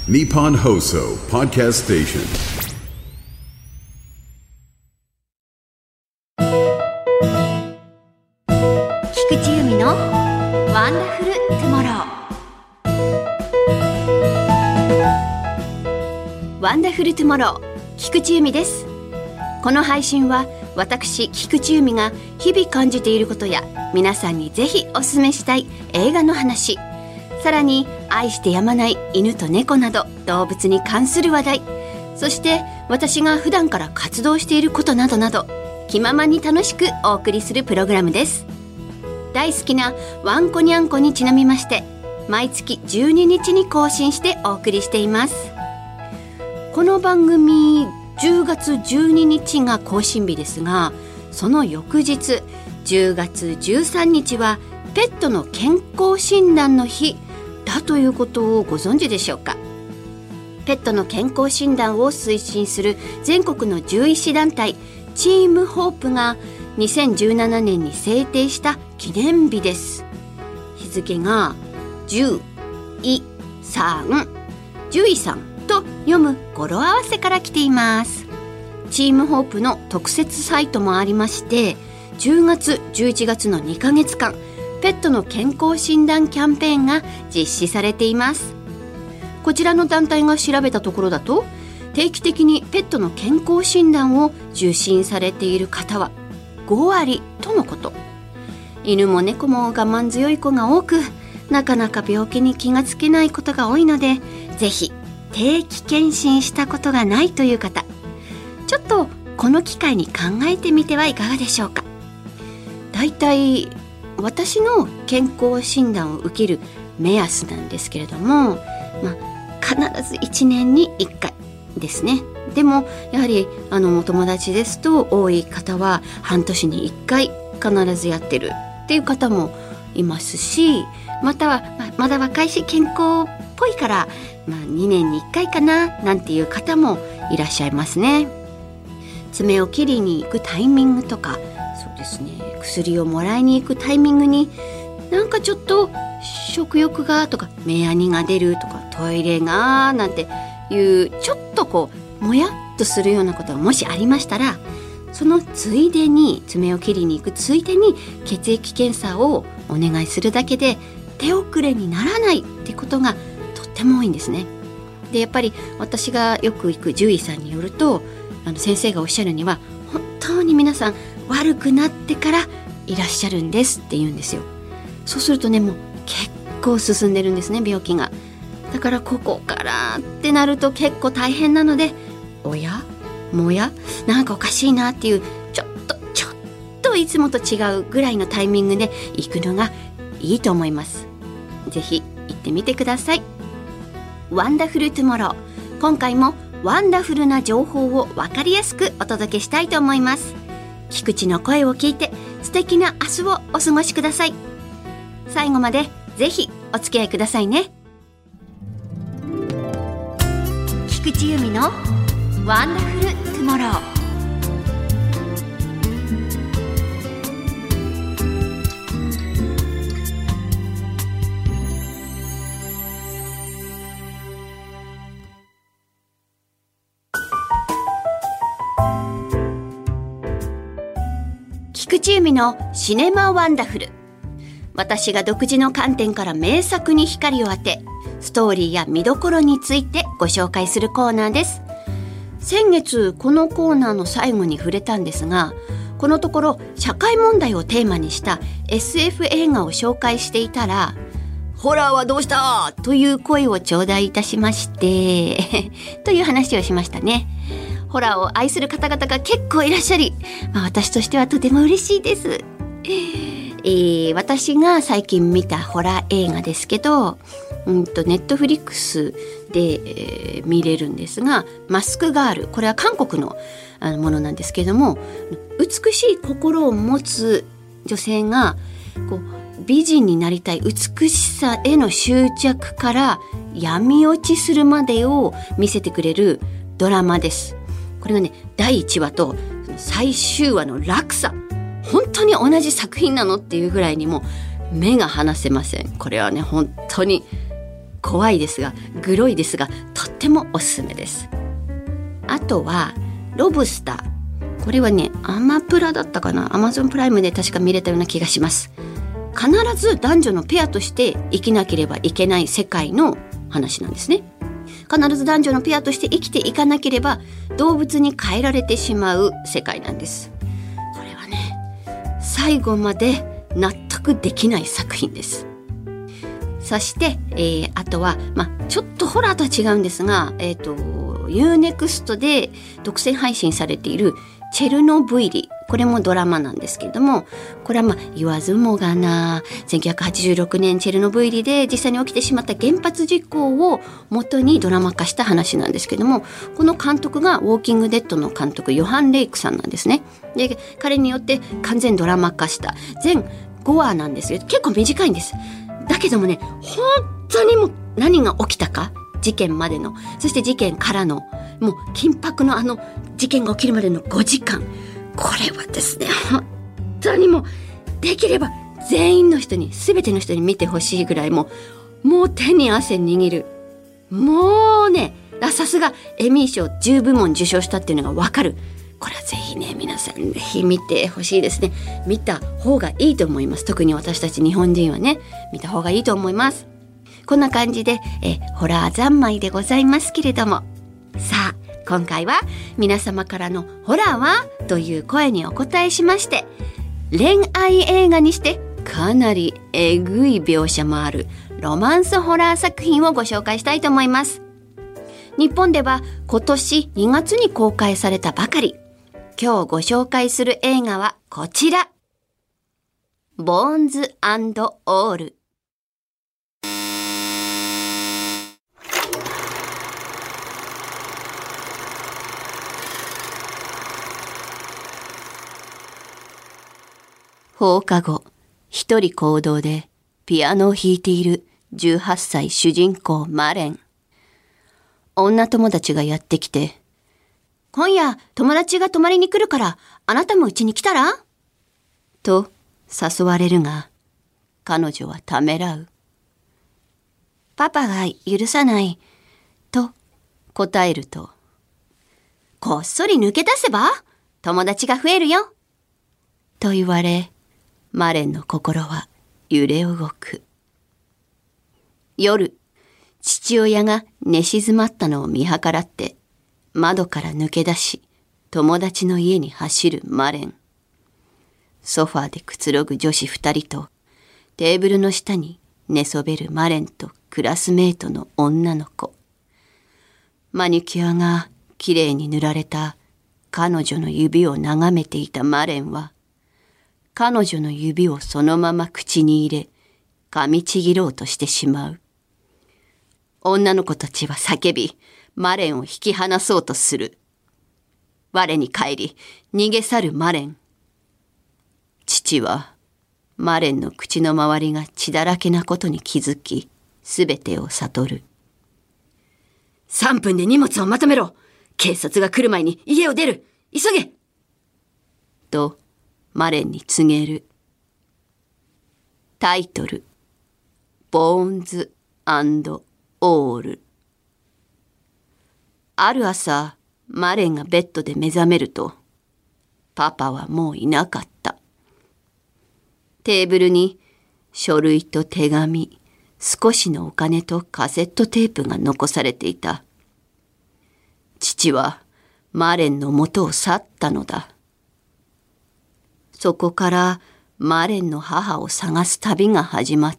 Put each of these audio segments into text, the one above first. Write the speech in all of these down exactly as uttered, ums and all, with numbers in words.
Nippon Hoso Podcast Station。 菊池由美のワンダフルトゥモロー。ワンダフルトゥモロー、菊池由美です。この配信は私菊池由美が日々感じていることや皆さんにぜひお勧めしたい映画の話、さらに愛してやまない犬と猫など動物に関する話題、そして私が普段から活動していることなどなど気ままに楽しくお送りするプログラムです。大好きなワンコニャンコにちなみまして毎月じゅうににちに更新してお送りしています。この番組じゅうがつじゅうににちが更新日ですが、その翌日じゅうがつじゅうさんにちはペットの健康診断の日だということをご存知でしょうか。ペットの健康診断を推進する全国の獣医師団体チームホープがにせんじゅうななねんに制定した記念日です。日付がじゅういさん、獣医さんと読む語呂合わせから来ています。チームホープの特設サイトもありまして、じゅうがつじゅういちがつのにかげつかんペットの健康診断キャンペーンが実施されています。こちらの団体が調べたところだと、定期的にペットの健康診断を受診されている方はごわりとのこと。犬も猫も我慢強い子が多く、なかなか病気に気がつけないことが多いので、ぜひ定期検診したことがないという方、ちょっとこの機会に考えてみてはいかがでしょうか。だいたい私の健康診断を受ける目安なんですけれども、まあ、必ずいちねんにいっかいですね。でもやはりあのお友達ですと多い方は半年にいっかい必ずやってるっていう方もいますし、または、まあ、まだ若いし健康っぽいから、まあ、にねんにいっかいかななんていう方もいらっしゃいますね。爪を切りに行くタイミングとか、そうですね、薬をもらいに行くタイミングになんかちょっと食欲がとか目やにが出るとかトイレがなんていうちょっとこうもやっとするようなことがもしありましたら、そのついでに爪を切りに行くついでに血液検査をお願いするだけで手遅れにならないってことがとっても多いんですね。でやっぱり私がよく行く獣医さんによると、あの先生がおっしゃるには、本当に皆さん悪くなってからいらっしゃるんですって言うんですよ。そうするとね、もう結構進んでるんですね、病気が。だからここからってなると結構大変なので、おやもやなんかおかしいなっていう、ちょっとちょっといつもと違うぐらいのタイミングで行くのがいいと思います。ぜひ行ってみてください。ワンダフルトゥモロー、今回もワンダフルな情報を分かりやすくお届けしたいと思います。菊池の声を聞いて素敵な明日をお過ごしください。最後までぜひお付き合いくださいね。菊池由美のワンダフルトゥモロー。菊池由美のシネマワンダフル。私が独自の観点から名作に光を当て、ストーリーや見どころについてご紹介するコーナーです。先月このコーナーの最後に触れたんですが、このところ社会問題をテーマにした エスエフ 映画を紹介していたら、ホラーはどうしたという声を頂戴いたしましてという話をしましたね。ホラーを愛する方々が結構いらっしゃり、まあ、私としてはとても嬉しいです。えー、私が最近見たホラー映画ですけど、うんとネットフリックスで、えー、見れるんですが、マスクガール、これは韓国の、あのものなんですけども、美しい心を持つ女性がこう美人になりたい美しさへの執着から闇落ちするまでを見せてくれるドラマです。これがね、だいいちわと最終話の落差、本当に同じ作品なのっていうぐらいにも目が離せません。これはね、本当に怖いですがグロいですがとってもおすすめです。あとはロブスター、これはねアマプラだったかな、アマゾンプライムで確か見れたような気がします。必ず男女のペアとして生きなければいけない世界の話なんですね。必ず男女のペアとして生きていかなければ動物に変えられてしまう世界なんです。これはね最後まで納得できない作品です。そして、えー、あとは、まあ、ちょっとホラーとは違うんですが、えーと、ユーネクスト で独占配信されているチェルノブイリ、これもドラマなんですけれども、これはまあ言わずもがなせんきゅうひゃくはちじゅうろくねんチェルノブイリで実際に起きてしまった原発事故を元にドラマ化した話なんですけれども、この監督がウォーキングデッドの監督ヨハン・レイクさんなんですね。で彼によって完全ドラマ化した全ごわなんですよ。結構短いんです。だけどもね本当にもう何が起きたか、事件までの、そして事件からのもう緊迫のあの事件が起きるまでのごじかん、これはですね本当にもうできれば全員の人に全ての人に見てほしいぐらい、もうもう手に汗握る、もうねさすがエミー賞じゅうぶもん受賞したっていうのがわかる。これはぜひね皆さんぜひ見てほしいですね。見た方がいいと思います。特に私たち日本人はね見た方がいいと思います。こんな感じでえホラー三昧でございますけれども、さあ今回は皆様からのホラーはという声にお答えしまして、恋愛映画にしてかなりえぐい描写もあるロマンスホラー作品をご紹介したいと思います。日本では今年にがつに公開されたばかり。今日ご紹介する映画はこちら。ボーンズ&オール。放課後、一人行動でピアノを弾いているじゅうはっさい主人公マレン。女友達がやってきて、今夜友達が泊まりに来るからあなたもうちに来たらと誘われるが、彼女はためらう。パパが許さないと答えると、こっそり抜け出せば友達が増えるよと言われ、マレンの心は揺れ動く。夜、父親が寝静まったのを見計らって窓から抜け出し、友達の家に走るマレン。ソファーでくつろぐ女子二人と、テーブルの下に寝そべるマレンとクラスメートの女の子。マニキュアがきれいに塗られた彼女の指を眺めていたマレンは、彼女の指をそのまま口に入れ、噛みちぎろうとしてしまう。女の子たちは叫び、マレンを引き離そうとする。我に返り、逃げ去るマレン。父は、マレンの口の周りが血だらけなことに気づき、すべてを悟る。さんぷんで荷物をまとめろ！警察が来る前に家を出る！急げ！と、マレンに告げる。タイトル、ボーンズ&オール。ある朝、マレンがベッドで目覚めると、パパはもういなかった。テーブルに書類と手紙、少しのお金とカセットテープが残されていた。父はマレンの元を去ったのだ。そこからマレンの母を探す旅が始まった。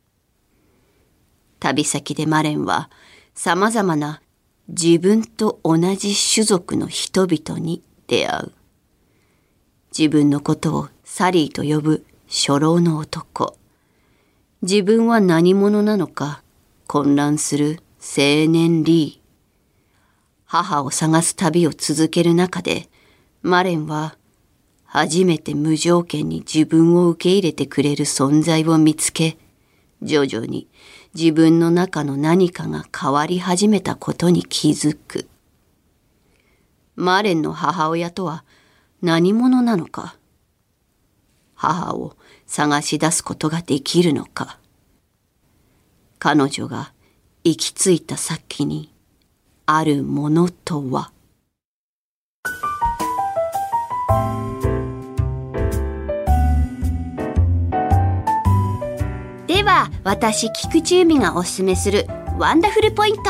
旅先でマレンはさまざまな自分と同じ種族の人々に出会う。自分のことをサリーと呼ぶ初老の男。自分は何者なのか混乱する青年リー。母を探す旅を続ける中で、マレンは初めて無条件に自分を受け入れてくれる存在を見つけ、徐々に自分の中の何かが変わり始めたことに気づく。マレンの母親とは何者なのか。母を探し出すことができるのか。彼女が行き着いた先にあるものとは。では私菊池由美がおすすめするワンダフルポイント。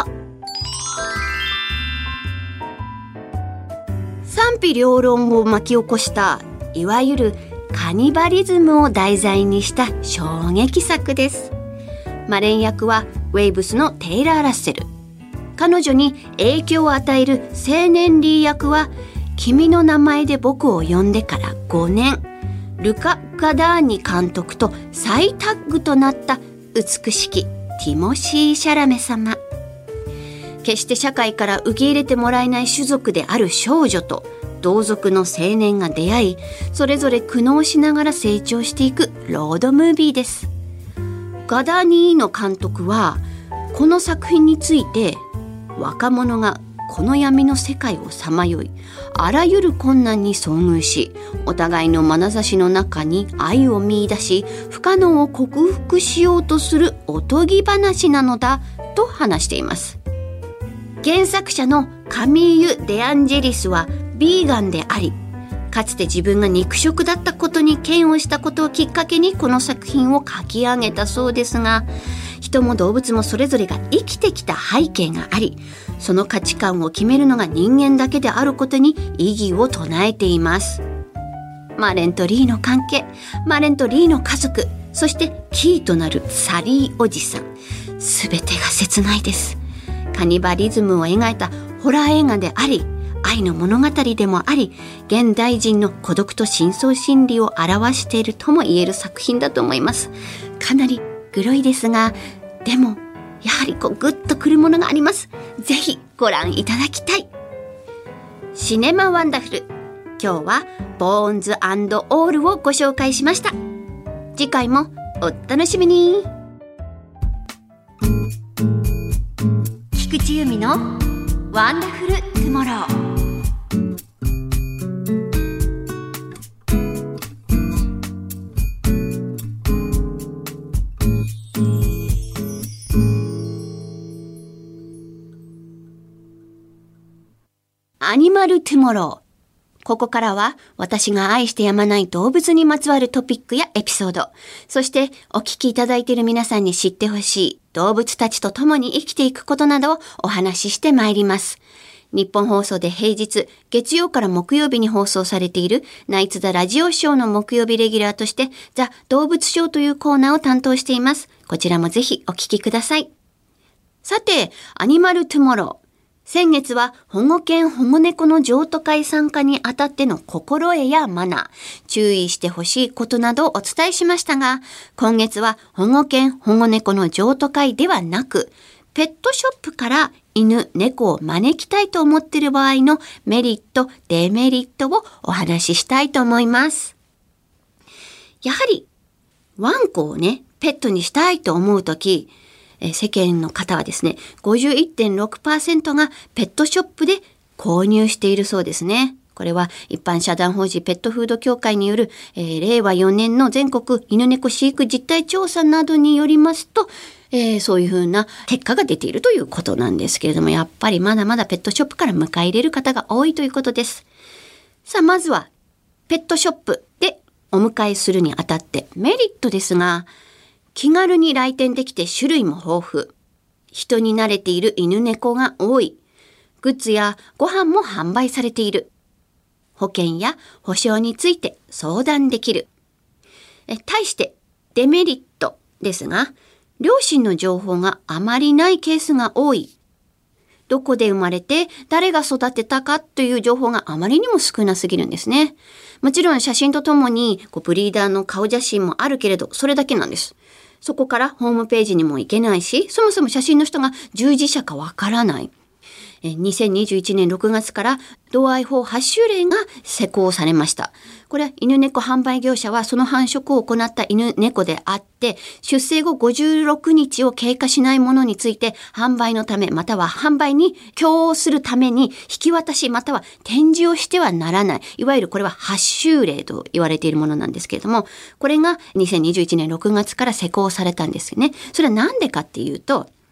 賛否両論を巻き起こしたいわゆるカニバリズムを題材にした衝撃作です。マレン役はウェイブスのテイラー・ラッセル、彼女に影響を与える青年リー役は君の名前で僕を呼んでからごねん、ルカ・ガダーニ監督と再タッグとなった美しきティモシー・シャラメ様。決して社会から受け入れてもらえない種族である少女と同族の青年が出会い、それぞれ苦悩しながら成長していくロードムービーです。ガダーニーの監督はこの作品について、若者がこの闇の世界をさまよい、あらゆる困難に遭遇し、お互いの眼差しの中に愛を見出し、不可能を克服しようとするおとぎ話なのだと話しています。原作者のカミーユ・デアンジェリスはビーガンであり、かつて自分が肉食だったことに嫌悪したことをきっかけにこの作品を書き上げたそうですが、人も動物もそれぞれが生きてきた背景があり、その価値観を決めるのが人間だけであることに意義を唱えています。マレンとリーの関係、マレンとリーの家族、そしてキーとなるサリーおじさん、すべてが切ないです。カニバリズムを描いたホラー映画であり、愛の物語でもあり、現代人の孤独と深層心理を表しているとも言える作品だと思います。かなりグロいですが、でもやはりこうグッとくるものがあります。ぜひご覧いただきたい。シネマワンダフル、今日はボーンズ&オールをご紹介しました。次回もお楽しみに。菊池由美のワンダフルトゥモロー。アニマルトゥモロー。ここからは私が愛してやまない動物にまつわるトピックやエピソード、そしてお聞きいただいている皆さんに知ってほしい動物たちと共に生きていくことなどをお話ししてまいります。日本放送で平日、月曜から木曜日に放送されているナイツ・ザ・ラジオショーの木曜日レギュラーとしてザ・動物ショーというコーナーを担当しています。こちらもぜひお聞きください。さて、アニマルトゥモロー。先月は保護犬保護猫の譲渡会参加にあたっての心得やマナー、注意してほしいことなどをお伝えしましたが、今月は保護犬保護猫の譲渡会ではなく、ペットショップから犬猫を招きたいと思っている場合のメリット、デメリットをお話ししたいと思います。やはりワンコをね、ペットにしたいと思うとき、世間の方はですね、ごじゅういってんろくパーセント がペットショップで購入しているそうですね。これは一般社団法人ペットフード協会による、えー、れいわよねんの全国犬猫飼育実態調査などによりますと、えー、そういうふうな結果が出ているということなんですけれども、やっぱりまだまだペットショップから迎え入れる方が多いということです。さあ、まずはペットショップでお迎えするにあたってメリットですが、気軽に来店できて種類も豊富。人に慣れている犬猫が多い。グッズやご飯も販売されている。保険や保証について相談できる。え対してデメリットですが、両親の情報があまりないケースが多い。どこで生まれて誰が育てたかという情報があまりにも少なすぎるんですね。もちろん写真とともにこうブリーダーの顔写真もあるけれど、それだけなんです。そこからホームページにも行けないし、そもそも写真の人が従事者かわからない。にせんにじゅういちねんろくがつから同愛法はちしゅうれいが施行されました。これは犬猫販売業者はその繁殖を行った犬猫であって、出生後ごじゅうろくにちを経過しないものについて販売のためまたは販売に供応するために引き渡しまたは展示をしてはならない。いわゆるこれははちしゅうれいと言われているものなんですけれども、これがにせんにじゅういちねんろくがつから施行されたんですよね。それはなんでかっていうと、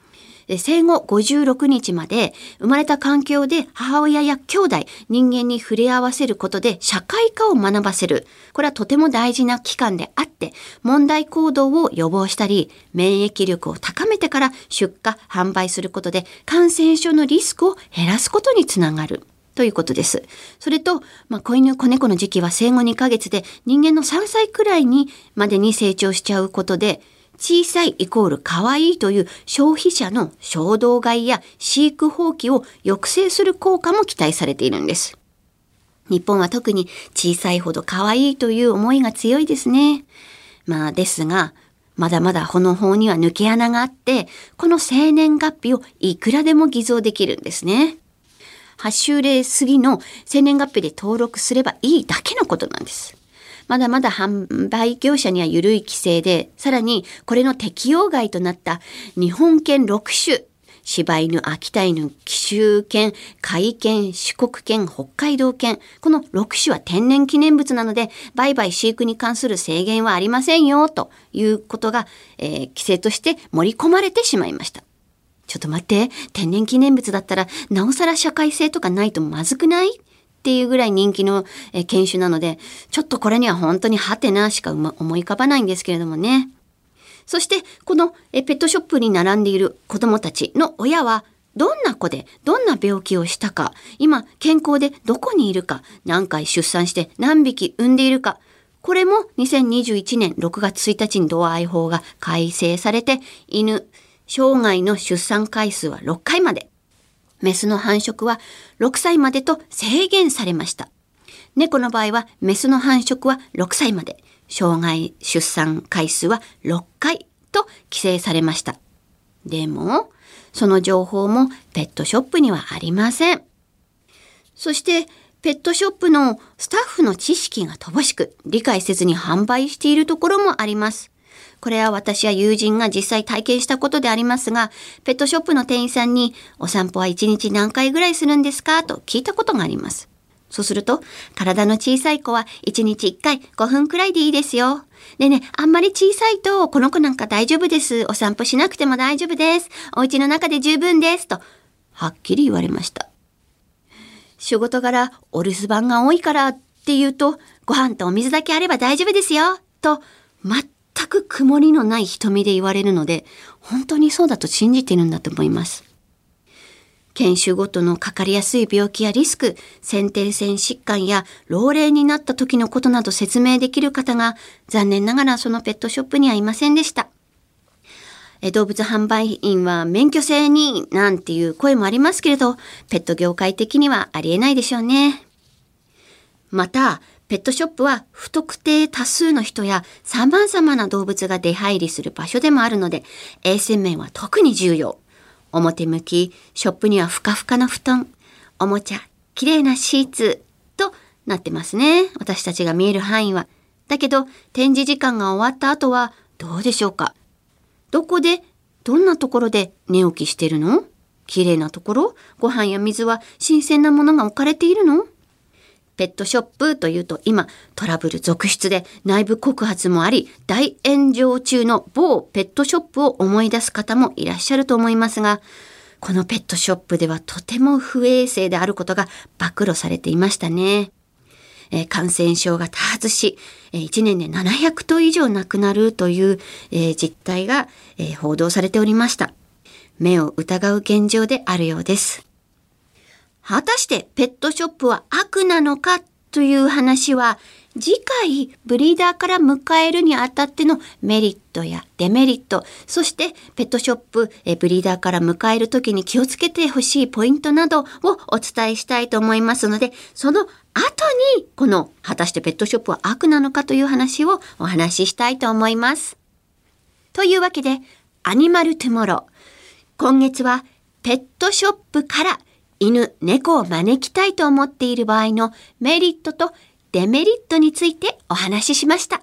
生後ごじゅうろくにちまで生まれた環境で母親や兄弟、人間に触れ合わせることで社会科を学ばせる。これはとても大事な期間であって、問題行動を予防したり、免疫力を高めてから出荷、販売することで感染症のリスクを減らすことにつながる。ということです。それと、まあ、子犬、子猫の時期は生後にかげつで人間のさんさいくらいにまでに成長しちゃうことで、小さいイコール可愛いという消費者の衝動買いや飼育放棄を抑制する効果も期待されているんです。日本は特に小さいほど可愛いという思いが強いですね。まあですが、まだまだこの方には抜け穴があって、この生年月日をいくらでも偽造できるんですね。はち週例過ぎの生年月日で登録すればいいだけのことなんです。まだまだ販売業者には緩い規制で、さらにこれの適用外となった日本犬ろくしゅ、柴犬、秋田犬、紀州犬、甲斐犬、四国犬、北海道犬、このろくしゅは天然記念物なので、売買飼育に関する制限はありませんよ、ということが、えー、規制として盛り込まれてしまいました。ちょっと待って、天然記念物だったらなおさら社会性とかないとまずくないっていうぐらい人気の犬種なので、ちょっとこれには本当にハテナしか思い浮かばないんですけれどもね。そしてこのペットショップに並んでいる子どもたちの親はどんな子でどんな病気をしたか、今健康でどこにいるか、何回出産して何匹産んでいるか、これもにせんにじゅういちねんろくがつついたちに同愛法が改正されて、犬生涯の出産回数はろっかいまで、メスの繁殖はろくさいまでと制限されました。猫の場合はメスの繁殖はろくさいまで、生涯出産回数はろっかいと規制されました。でも、その情報もペットショップにはありません。そして、ペットショップのスタッフの知識が乏しく、理解せずに販売しているところもあります。これは私や友人が実際体験したことでありますが、ペットショップの店員さんにお散歩はいちにち何回ぐらいするんですかと聞いたことがあります。そうすると、体の小さい子はいちにちいっかいごふんくらいでいいですよ。でね、あんまり小さいとこの子なんか大丈夫です。お散歩しなくても大丈夫です。お家の中で十分です。と、はっきり言われました。仕事柄お留守番が多いからって言うと、ご飯とお水だけあれば大丈夫ですよ。と、全全く曇りのない瞳で言われるので、本当にそうだと信じているんだと思います。犬種ごとのかかりやすい病気やリスク、先天性疾患や老齢になった時のことなど説明できる方が残念ながらそのペットショップにはいませんでした。え動物販売員は免許制になんていう声もありますけれど、ペット業界的にはありえないでしょうね。また、ペットショップは不特定多数の人や様々な動物が出入りする場所でもあるので、衛生面は特に重要。表向き、ショップにはふかふかの布団、おもちゃ、綺麗なシーツとなってますね。私たちが見える範囲は。だけど、展示時間が終わった後はどうでしょうか。どこで、どんなところで寝起きしてるの？綺麗なところ？ご飯や水は新鮮なものが置かれているの？ペットショップというと今トラブル続出で内部告発もあり大炎上中の某ペットショップを思い出す方もいらっしゃると思いますが、このペットショップではとても不衛生であることが暴露されていましたね。えー、感染症が多発し、えー、いちねんでななひゃくとう以上亡くなるという、えー、実態が、えー、報道されておりました。目を疑う現状であるようです。果たしてペットショップは悪なのかという話は次回ブリーダーから迎えるにあたってのメリットやデメリット、そしてペットショップえブリーダーから迎えるときに気をつけてほしいポイントなどをお伝えしたいと思いますので、その後にこの果たしてペットショップは悪なのかという話をお話ししたいと思います。というわけでアニマルトゥモロー、今月はペットショップから犬、猫を招きたいと思っている場合のメリットとデメリットについてお話ししました。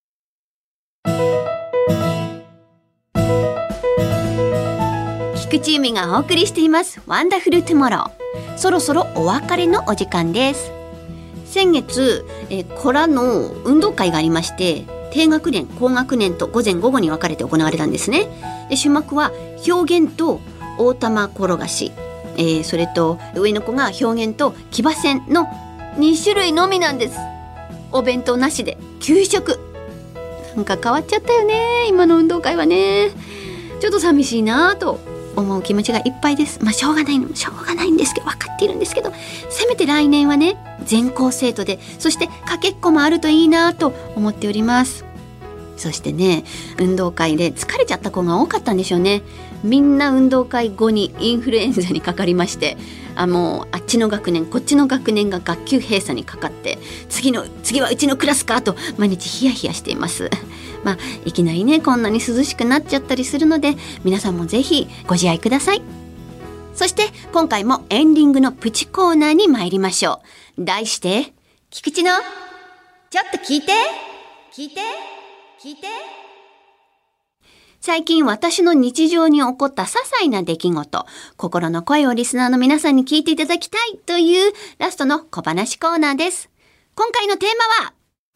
菊池由美がお送りしていますワンダフルトゥモロー。そろそろお別れのお時間です。先月、えコラの運動会がありまして、低学年、高学年と午前午後に分かれて行われたんですね。で種目は表現と大玉転がし、えー、それと上の子が表現と騎馬戦のに種類のみなんです。お弁当なしで給食。なんか変わっちゃったよね、今の運動会はね。ちょっと寂しいなと思う気持ちがいっぱいです。まあしょうがないのしょうがないんですけど、分かっているんですけど、せめて来年はね全校生徒で、そしてかけっこもあるといいなと思っております。そしてね、運動会で疲れちゃった子が多かったんでしょうね。みんな運動会後にインフルエンザにかかりまして、あもうあっちの学年こっちの学年が学級閉鎖にかかって、次の次はうちのクラスかと毎日ヒヤヒヤしています。まあいきなりねこんなに涼しくなっちゃったりするので、皆さんもぜひご自愛ください。そして今回もエンディングのプチコーナーに参りましょう。題して、菊池のちょっと聞いて聞いて聞いて。最近私の日常に起こった些細な出来事、心の声をリスナーの皆さんに聞いていただきたいというラストの小話コーナーです。今回のテーマは、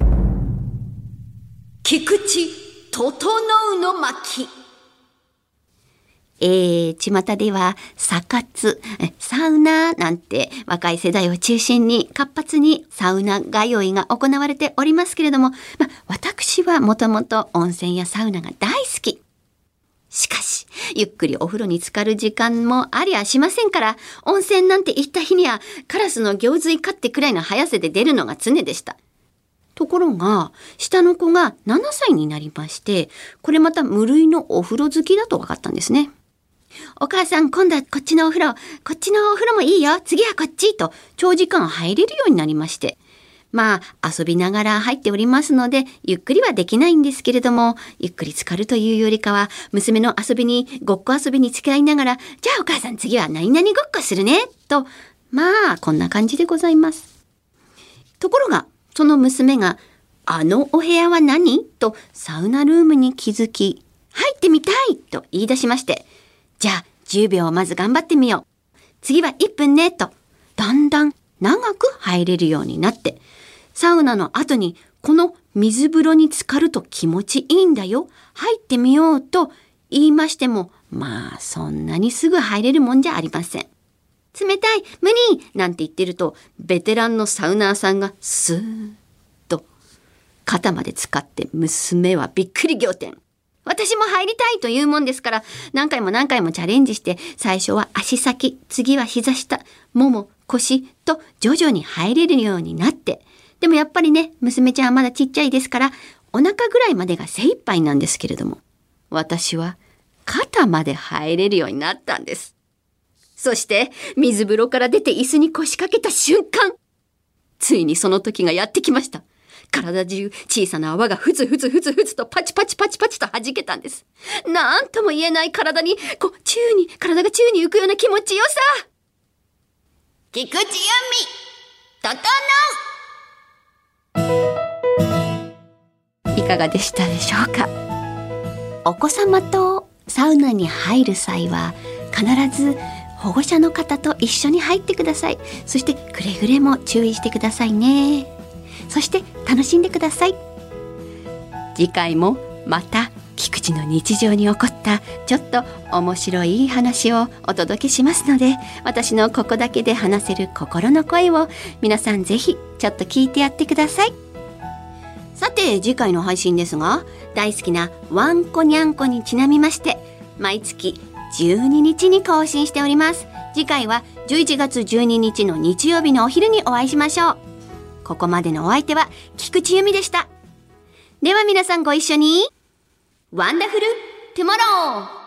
菊池整うの巻。えー、巷ではサ活、サウナなんて若い世代を中心に活発にサウナ通いが行われておりますけれども、まあ、私はもともと温泉やサウナが大好き。しかし、ゆっくりお風呂に浸かる時間もありゃしませんから、温泉なんて行った日にはカラスの行水かってくらいの速さで出るのが常でした。ところが、下の子がななさいになりまして、これまた無類のお風呂好きだと分かったんですね。お母さん、今度はこっちのお風呂、こっちのお風呂もいいよ、次はこっちと長時間入れるようになりまして、まあ遊びながら入っておりますのでゆっくりはできないんですけれども、ゆっくり浸かるというよりかは娘の遊びにごっこ遊びに付き合いながら、じゃあお母さん次は何々ごっこするねと、まあこんな感じでございます。ところがその娘が、あのお部屋は何とサウナルームに気づき、入ってみたいと言い出しまして、じゃあじゅうびょうまず頑張ってみよう、次はいっぷんねと、だんだん長く入れるようになって、サウナの後にこの水風呂に浸かると気持ちいいんだよ、入ってみようと言いましても、まあそんなにすぐ入れるもんじゃありません。冷たい、無理なんて言ってると、ベテランのサウナーさんがスーッと肩まで浸かって、娘はびっくり仰天。私も入りたいというもんですから、何回も何回もチャレンジして、最初は足先、次は膝下、もも、腰と徐々に入れるようになって、でもやっぱりね、娘ちゃんはまだちっちゃいですから、お腹ぐらいまでが精一杯なんですけれども、私は肩まで入れるようになったんです。そして水風呂から出て椅子に腰掛けた瞬間、ついにその時がやってきました。体中小さな泡がふつふつふつふつとパチパチパチパチと弾けたんです。なんとも言えない体に、こう宙に、体が宙に浮くような気持ちよさ。菊池由美、整う。いかがでしたでしょうか。お子様とサウナに入る際は必ず保護者の方と一緒に入ってください。そしてくれぐれも注意してくださいね。そして楽しんでください。次回もまた菊池の日常に起こったちょっと面白い話をお届けしますので、私のここだけで話せる心の声を皆さんぜひちょっと聞いてやってください。さて次回の配信ですが、大好きなワンコニャンコにちなみまして、毎月じゅうににちに更新しております。次回はじゅういちがつじゅうににちの日曜日のお昼にお会いしましょう。ここまでのお相手は菊池由美でした。では皆さんご一緒に、ワンダフルトゥモロー。